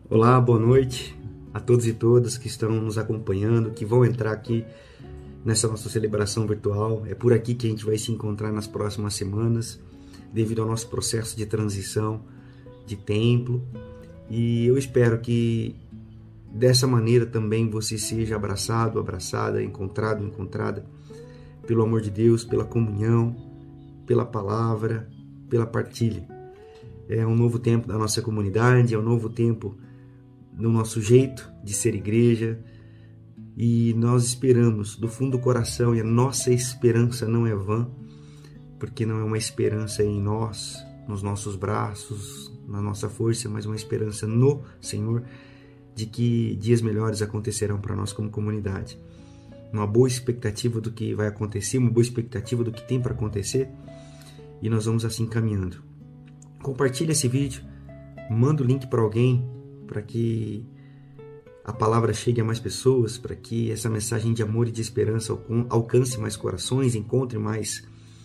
Olá, boa noite a todos e todas que estão nos acompanhando, que vão entrar aqui nessa nossa celebração virtual. É por aqui que a gente vai se encontrar nas próximas semanas, devido ao nosso processo de transição de templo. E eu espero que dessa maneira também você seja abraçado, abraçada, encontrado, encontrada pelo amor de Deus, pela comunhão, pela palavra, pela partilha. É um novo tempo da nossa comunidade, é um novo tempo no nosso jeito de ser igreja, e nós esperamos do fundo do coração, e a nossa esperança não é vã, porque não é uma esperança em nós, nos nossos braços, na nossa força, mas uma esperança no Senhor, de que dias melhores acontecerão para nós como comunidade. Uma boa expectativa do que vai acontecer, uma boa expectativa do que tem para acontecer, e nós vamos assim caminhando. Compartilha esse vídeo, manda o link para alguém, para que a palavra chegue a mais pessoas, para que essa mensagem de amor e de esperança alcance mais corações, encontre mais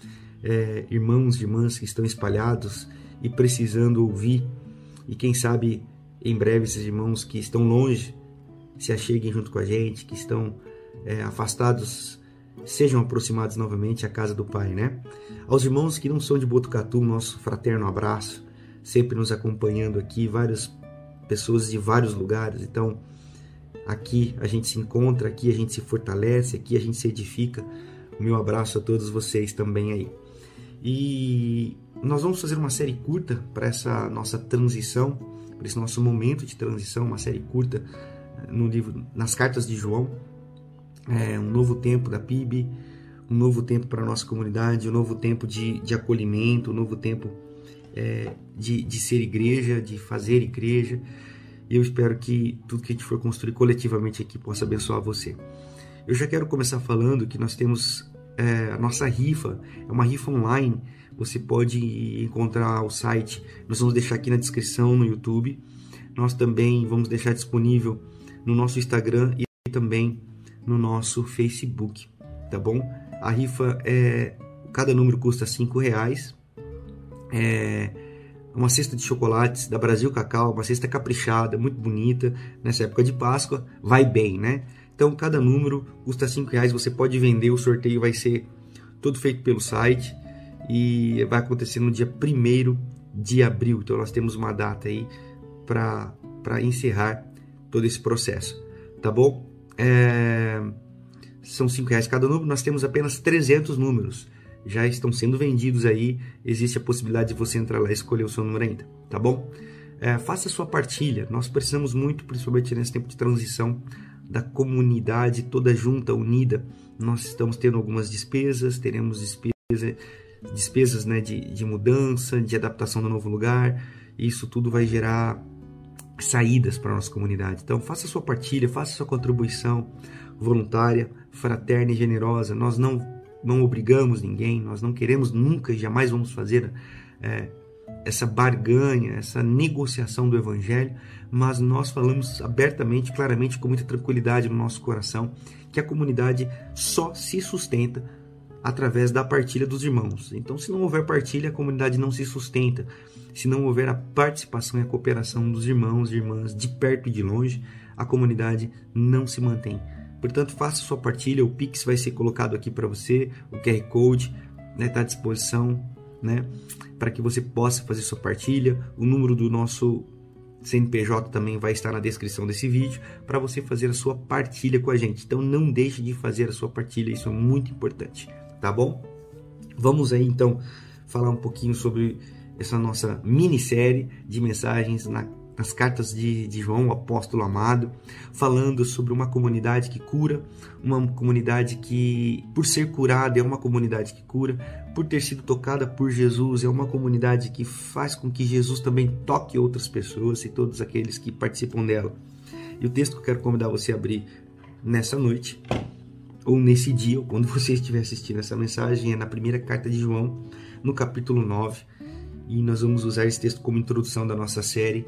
irmãos e irmãs que estão espalhados e precisando ouvir. E quem sabe, em breve, esses irmãos que estão longe se acheguem junto com a gente, que estão afastados, sejam aproximados novamente à casa do Pai, né? Aos irmãos que não são de Botucatu, nosso fraterno abraço, sempre nos acompanhando aqui, várias pessoas de vários lugares. Então, aqui a gente se encontra, aqui a gente se fortalece, aqui a gente se edifica. O meu abraço a todos vocês também aí. E nós vamos fazer uma série curta para essa nossa transição, para esse nosso momento de transição, uma série curta no livro, nas cartas de João. Um novo tempo da PIB, um novo tempo para a nossa comunidade, um novo tempo de acolhimento, um novo tempo de ser igreja, de fazer igreja. E eu espero que tudo que a gente for construir coletivamente aqui possa abençoar você. Eu já quero começar falando que nós temos a nossa rifa, é uma rifa online. Você pode encontrar o site, nós vamos deixar aqui na descrição no YouTube. Nós também vamos deixar disponível no nosso Instagram e também no nosso Facebook, tá bom? A rifa cada número custa R$5. Uma cesta de chocolates da Brasil Cacau, uma cesta caprichada, muito bonita, nessa época de Páscoa, vai bem, né? Então, cada número custa R$5, você pode vender, o sorteio vai ser todo feito pelo site e vai acontecer no dia 1º de abril, então nós temos uma data aí para encerrar todo esse processo, tá bom? São R$5 cada número, nós temos apenas 300 números, já estão sendo vendidos aí, existe a possibilidade de você entrar lá e escolher o seu número ainda, tá bom? Faça a sua partilha, nós precisamos muito, principalmente nesse tempo de transição, da comunidade toda junta, unida. Nós estamos tendo algumas despesas, teremos despesas né, de mudança, de adaptação no novo lugar, e isso tudo vai gerar saídas para a nossa comunidade. Então faça a sua partilha, faça a sua contribuição voluntária, fraterna e generosa. Nós não obrigamos ninguém, nós não queremos nunca e jamais vamos fazer essa barganha, essa negociação do Evangelho, mas nós falamos abertamente, claramente, com muita tranquilidade no nosso coração, que a comunidade só se sustenta através da partilha dos irmãos. Então, se não houver partilha, a comunidade não se sustenta. Se não houver a participação e a cooperação dos irmãos e irmãs de perto e de longe, a comunidade não se mantém. Portanto, faça sua partilha, o Pix vai ser colocado aqui para você, o QR Code está à disposição, né, para que você possa fazer sua partilha. O número do nosso CNPJ também vai estar na descrição desse vídeo, para você fazer a sua partilha com a gente. Então não deixe de fazer a sua partilha, isso é muito importante, tá bom? Vamos aí então falar um pouquinho sobre essa nossa minissérie de mensagens nas cartas de João, o apóstolo amado, falando sobre uma comunidade que cura, uma comunidade que, por ser curada, é uma comunidade que cura, por ter sido tocada por Jesus, é uma comunidade que faz com que Jesus também toque outras pessoas e todos aqueles que participam dela. E o texto que eu quero convidar você a abrir nessa noite, ou nesse dia, ou quando você estiver assistindo essa mensagem, é na primeira carta de João, no capítulo 9, e nós vamos usar esse texto como introdução da nossa série,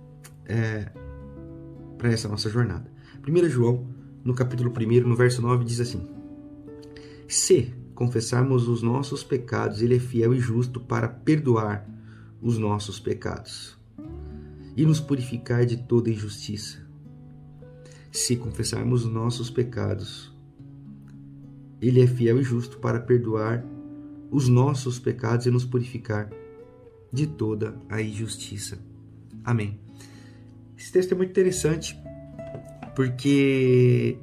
para essa nossa jornada. 1 João, no capítulo 1, no verso 9, diz assim: se confessarmos os nossos pecados, Ele é fiel e justo para perdoar os nossos pecados e nos purificar de toda injustiça. Se confessarmos os nossos pecados, Ele é fiel e justo para perdoar os nossos pecados e nos purificar de toda a injustiça. Amém. Esse texto é muito interessante porque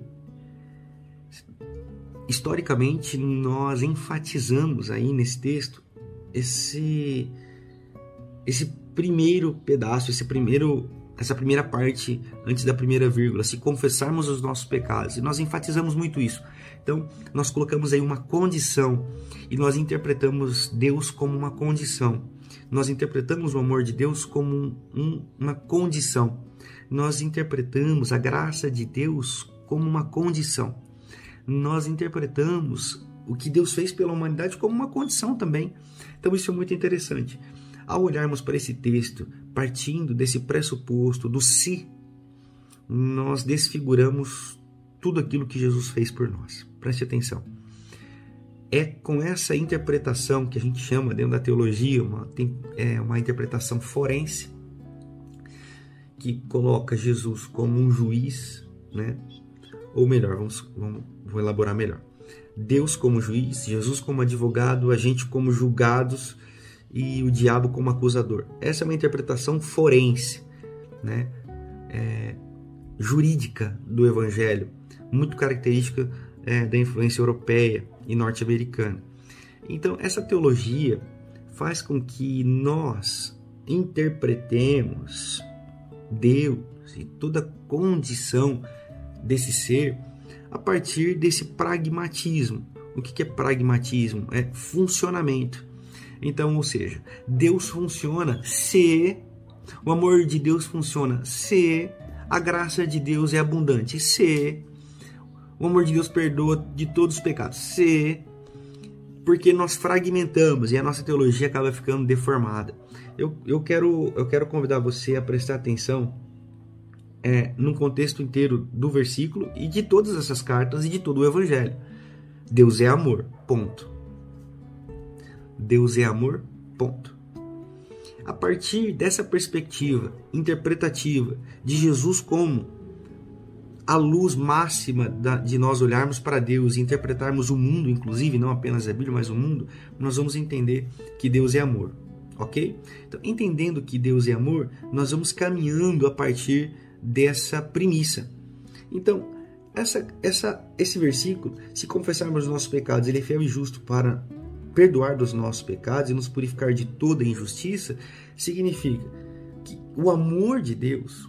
historicamente nós enfatizamos aí nesse texto esse primeiro pedaço, essa primeira parte antes da primeira vírgula, se confessarmos os nossos pecados, e nós enfatizamos muito isso. Então, nós colocamos aí uma condição e nós interpretamos Deus como uma condição. Nós interpretamos o amor de Deus como uma condição. Nós interpretamos a graça de Deus como uma condição. Nós interpretamos o que Deus fez pela humanidade como uma condição também. Então, isso é muito interessante. Ao olharmos para esse texto, partindo desse pressuposto do se, nós desfiguramos tudo aquilo que Jesus fez por nós. Preste atenção. É com essa interpretação que a gente chama dentro da teologia, uma interpretação forense, que coloca Jesus como um juiz, né? Ou melhor, vou elaborar melhor. Deus como juiz, Jesus como advogado, a gente como julgados e o diabo como acusador. Essa é uma interpretação forense, né? Jurídica do Evangelho, muito característica da influência europeia e norte-americana. Então, essa teologia faz com que nós interpretemos Deus e toda a condição desse ser a partir desse pragmatismo. O que é pragmatismo? É funcionamento. Então, ou seja, Deus funciona se o amor de Deus funciona, se a graça de Deus é abundante, se o amor de Deus perdoa de todos os pecados, se, porque nós fragmentamos e a nossa teologia acaba ficando deformada. Eu quero convidar você a prestar atenção no contexto inteiro do versículo e de todas essas cartas e de todo o Evangelho. Deus é amor, ponto. Deus é amor, ponto. A partir dessa perspectiva interpretativa de Jesus como a luz máxima de nós olharmos para Deus e interpretarmos o mundo, inclusive, não apenas a Bíblia, mas o mundo, nós vamos entender que Deus é amor, ok? Então, entendendo que Deus é amor, nós vamos caminhando a partir dessa premissa. Então, esse versículo, se confessarmos os nossos pecados, Ele é fiel e justo para perdoar dos nossos pecados e nos purificar de toda injustiça, significa que o amor de Deus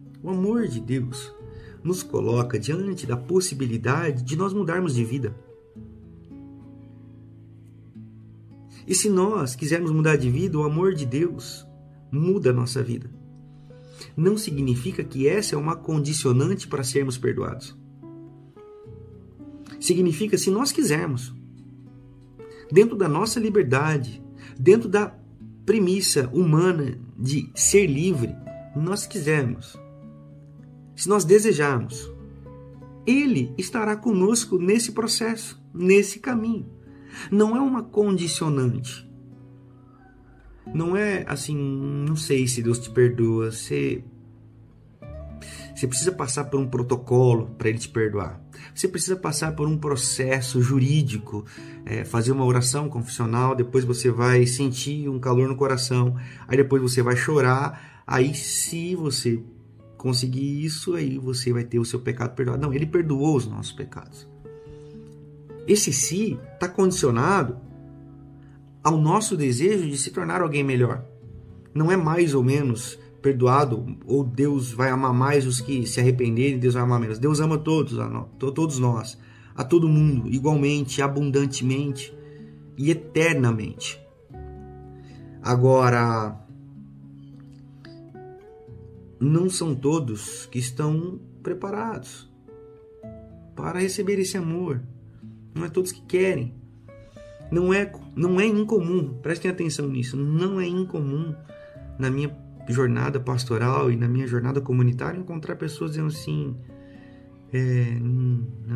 nos coloca diante da possibilidade de nós mudarmos de vida. E se nós quisermos mudar de vida, o amor de Deus muda a nossa vida. Não significa que essa é uma condicionante para sermos perdoados. Significa se nós quisermos, dentro da nossa liberdade, dentro da premissa humana de ser livre, nós quisermos, se nós desejarmos, Ele estará conosco nesse processo, nesse caminho. Não é uma condicionante. Não é assim, não sei se Deus te perdoa, você precisa passar por um protocolo para Ele te perdoar. Você precisa passar por um processo jurídico, fazer uma oração confessional, depois você vai sentir um calor no coração, aí depois você vai chorar, aí se você conseguir isso, aí você vai ter o seu pecado perdoado. Não, Ele perdoou os nossos pecados. Esse si está condicionado ao nosso desejo de se tornar alguém melhor. Não é mais ou menos perdoado, ou Deus vai amar mais os que se arrependerem, Deus vai amar menos. Deus ama todos nós, a todo mundo, igualmente, abundantemente e eternamente. Agora, não são todos que estão preparados para receber esse amor. Não é todos que querem. Não é incomum, prestem atenção nisso, não é incomum na minha jornada pastoral e na minha jornada comunitária encontrar pessoas dizendo assim,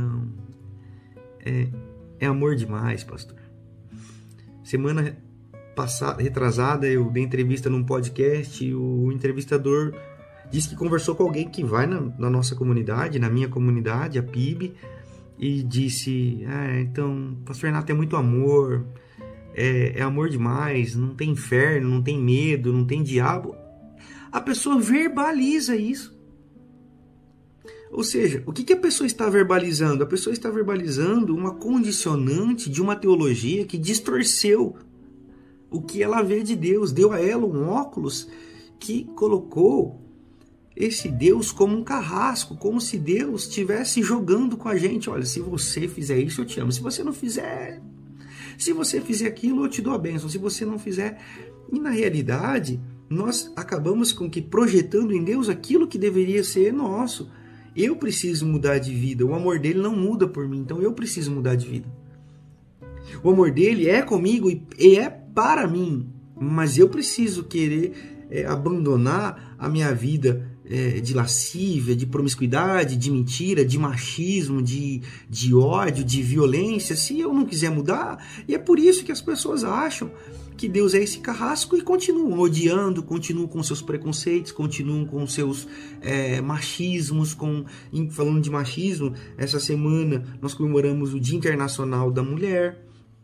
é amor demais, pastor. Semana retrasada, eu dei entrevista num podcast e o entrevistador disse que conversou com alguém que vai na nossa comunidade, na minha comunidade, a PIB, e disse, então, pastor Renato, é muito amor, é amor demais, não tem inferno, não tem medo, não tem diabo. A pessoa verbaliza isso. Ou seja, o que a pessoa está verbalizando? A pessoa está verbalizando uma condicionante de uma teologia que distorceu o que ela vê de Deus. Deu a ela um óculos que colocou esse Deus como um carrasco, como se Deus estivesse jogando com a gente. Olha, se você fizer isso, eu te amo. Se você não fizer... Se você fizer aquilo, eu te dou a bênção. Se você não fizer... E na realidade, nós acabamos com que projetando em Deus aquilo que deveria ser nosso. Eu preciso mudar de vida. O amor dele não muda por mim, então eu preciso mudar de vida. O amor dele é comigo e é para mim, mas eu preciso querer abandonar a minha vida de lascívia, de promiscuidade, de mentira, de machismo, de ódio, de violência, se eu não quiser mudar. E é por isso que as pessoas acham que Deus é esse carrasco e continuam odiando, continuam com seus preconceitos, continuam com seus machismos. Falando de machismo, essa semana nós comemoramos o Dia Internacional da Mulher.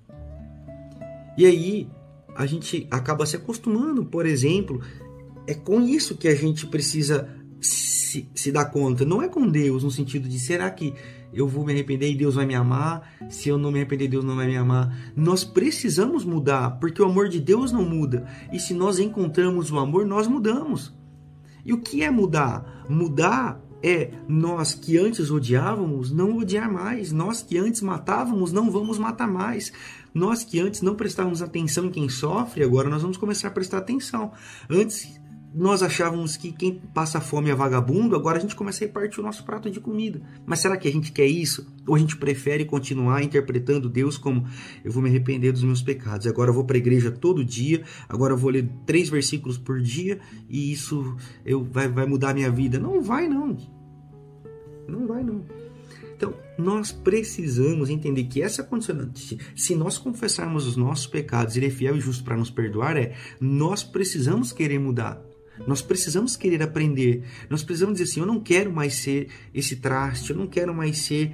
E aí a gente acaba se acostumando, por exemplo, é com isso que a gente precisa se dar conta. Não é com Deus, no sentido de, será que eu vou me arrepender e Deus vai me amar? Se eu não me arrepender, Deus não vai me amar. Nós precisamos mudar, porque o amor de Deus não muda. E se nós encontramos o amor, nós mudamos. E o que é mudar? Mudar é nós que antes odiávamos, não odiar mais. Nós que antes matávamos, não vamos matar mais. Nós que antes não prestávamos atenção em quem sofre, agora nós vamos começar a prestar atenção. Antes nós achávamos que quem passa fome é vagabundo, agora a gente começa a repartir o nosso prato de comida. Mas será que a gente quer isso? Ou a gente prefere continuar interpretando Deus como, eu vou me arrepender dos meus pecados, agora eu vou para a igreja todo dia, agora eu vou ler 3 versículos por dia e isso vai mudar a minha vida? Não vai não. Não vai não. Então, nós precisamos entender que essa condicionante, se nós confessarmos os nossos pecados, Ele é fiel e justo para nos perdoar, nós precisamos querer mudar. Nós precisamos querer aprender. Nós precisamos dizer assim, eu não quero mais ser esse traste, eu não quero mais ser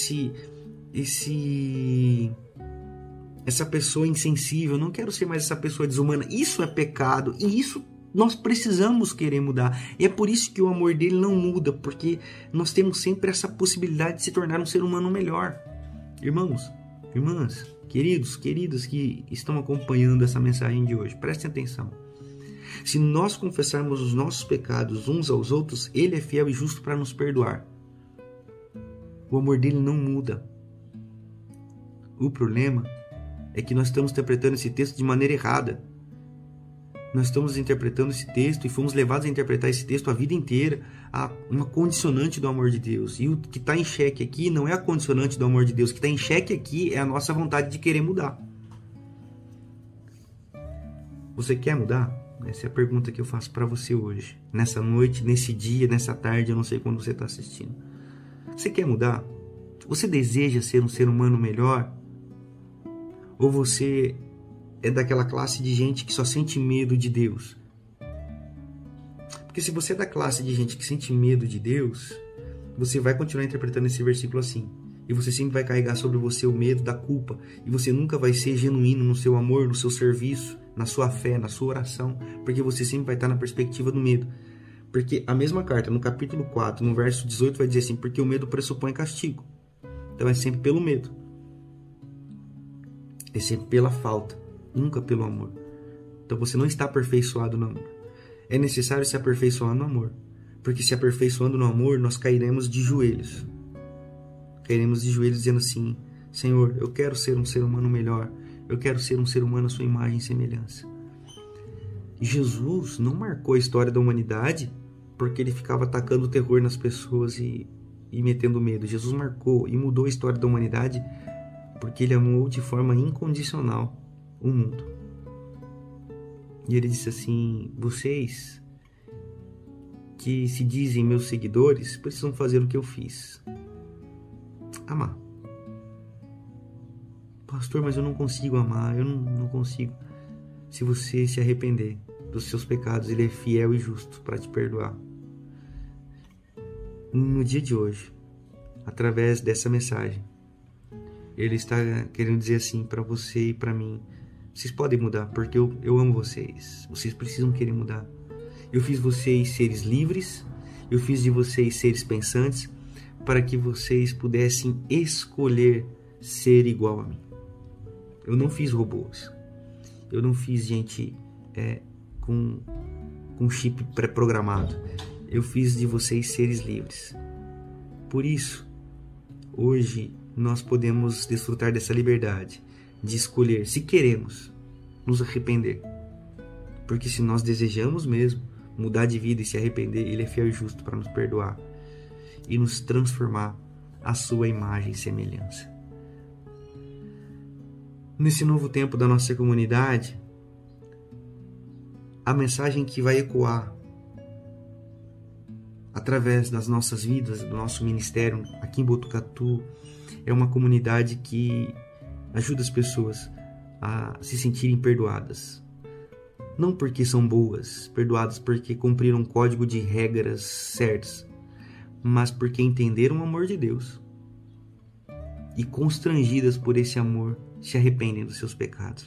essa pessoa insensível, eu não quero ser mais essa pessoa desumana. Isso é pecado e isso nós precisamos querer mudar. E é por isso que o amor dele não muda, porque nós temos sempre essa possibilidade de se tornar um ser humano melhor. Irmãos, irmãs, queridos, queridas que estão acompanhando essa mensagem de hoje, prestem atenção. Se nós confessarmos os nossos pecados uns aos outros, Ele é fiel e justo para nos perdoar. O amor dele não muda. O problema é que nós estamos interpretando esse texto de maneira errada. Nós estamos interpretando esse texto e fomos levados a interpretar esse texto a vida inteira a uma condicionante do amor de Deus. E o que está em xeque aqui não é a condicionante do amor de Deus. O que está em xeque aqui é a nossa vontade de querer mudar. Você quer mudar? Essa é a pergunta que eu faço para você hoje. Nessa noite, nesse dia, nessa tarde, eu não sei quando você está assistindo. Você quer mudar? Você deseja ser um ser humano melhor? Ou você é daquela classe de gente que só sente medo de Deus? Porque se você é da classe de gente que sente medo de Deus, você vai continuar interpretando esse versículo assim. E você sempre vai carregar sobre você o medo da culpa. E você nunca vai ser genuíno no seu amor, no seu serviço, na sua fé, na sua oração. Porque você sempre vai estar na perspectiva do medo. Porque a mesma carta, no capítulo 4, no verso 18, vai dizer assim, porque o medo pressupõe castigo. Então é sempre pelo medo. É sempre pela falta, nunca pelo amor. Então você não está aperfeiçoado no amor. É necessário se aperfeiçoar no amor. Porque se aperfeiçoando no amor, nós cairemos de joelhos. Cairemos de joelhos dizendo assim, Senhor, eu quero ser um ser humano melhor. Eu quero ser um ser humano à sua imagem e semelhança. Jesus não marcou a história da humanidade porque ele ficava atacando o terror nas pessoas e metendo medo. Jesus marcou e mudou a história da humanidade porque ele amou de forma incondicional o mundo. E ele disse assim, vocês que se dizem meus seguidores precisam fazer o que eu fiz. Amar. Pastor, mas eu não consigo amar, eu não consigo. se você se arrepender dos seus pecados, Ele é fiel e justo para te perdoar. No dia de hoje, através dessa mensagem, Ele está querendo dizer assim para você e para mim: vocês podem mudar, porque eu amo vocês. Vocês precisam querer mudar. Eu fiz vocês seres livres, eu fiz de vocês seres pensantes, para que vocês pudessem escolher ser igual a mim. Eu não fiz robôs. Eu não fiz gente com chip pré-programado. Eu fiz de vocês seres livres. Por isso, hoje nós podemos desfrutar dessa liberdade de escolher, se queremos, nos arrepender. Porque se nós desejamos mesmo mudar de vida e se arrepender, Ele é fiel e justo para nos perdoar e nos transformar à sua imagem e semelhança. Nesse novo tempo da nossa comunidade, a mensagem que vai ecoar através das nossas vidas, do nosso ministério aqui em Botucatu, é uma comunidade que ajuda as pessoas a se sentirem perdoadas. Não porque são boas, perdoadas porque cumpriram um código de regras certas, mas porque entenderam o amor de Deus e, constrangidas por esse amor, se arrependem dos seus pecados.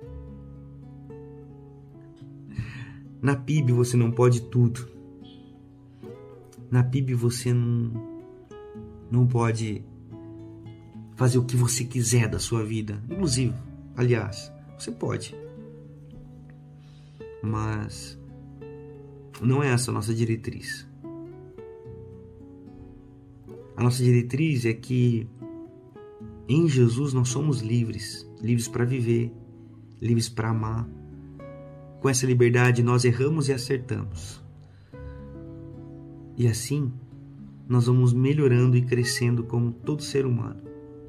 Na PIB você não pode tudo. Na PIB você não pode fazer o que você quiser da sua vida. Inclusive, aliás, você pode. Mas não é essa a nossa diretriz. A nossa diretriz é que em Jesus nós somos livres. Livres para viver, livres para amar. Com essa liberdade nós erramos e acertamos. E assim nós vamos melhorando e crescendo como todo ser humano.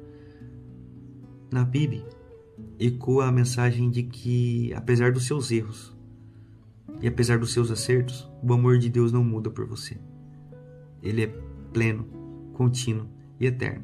Na Bíblia ecoa a mensagem de que, apesar dos seus erros e apesar dos seus acertos, o amor de Deus não muda por você. Ele é pleno, contínuo e eterno.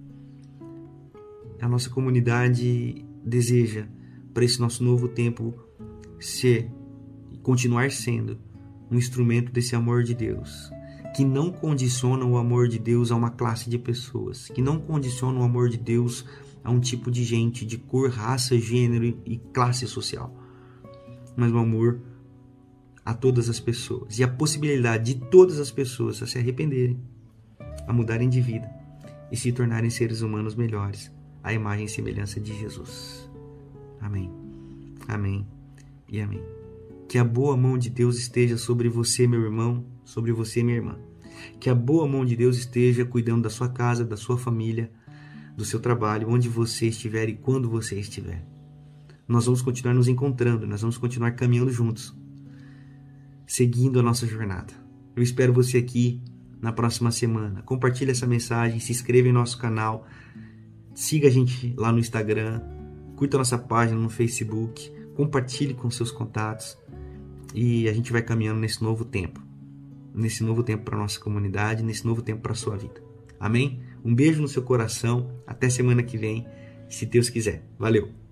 A nossa comunidade deseja, para esse nosso novo tempo, ser e continuar sendo um instrumento desse amor de Deus, que não condiciona o amor de Deus a uma classe de pessoas, que não condiciona o amor de Deus a um tipo de gente, de cor, raça, gênero e classe social, mas o amor a todas as pessoas e a possibilidade de todas as pessoas a se arrependerem, a mudarem de vida e se tornarem seres humanos melhores, à imagem e semelhança de Jesus. Amém. Amém e amém. Que a boa mão de Deus esteja sobre você, meu irmão, sobre você, minha irmã. Que a boa mão de Deus esteja cuidando da sua casa, da sua família, do seu trabalho, onde você estiver e quando você estiver. Nós vamos continuar nos encontrando, nós vamos continuar caminhando juntos, seguindo a nossa jornada. Eu espero você aqui na próxima semana. Compartilhe essa mensagem, se inscreva em nosso canal, siga a gente lá no Instagram, curta a nossa página no Facebook, compartilhe com seus contatos e a gente vai caminhando nesse novo tempo para a nossa comunidade, nesse novo tempo para a sua vida. Amém? Um beijo no seu coração, até semana que vem, se Deus quiser. Valeu!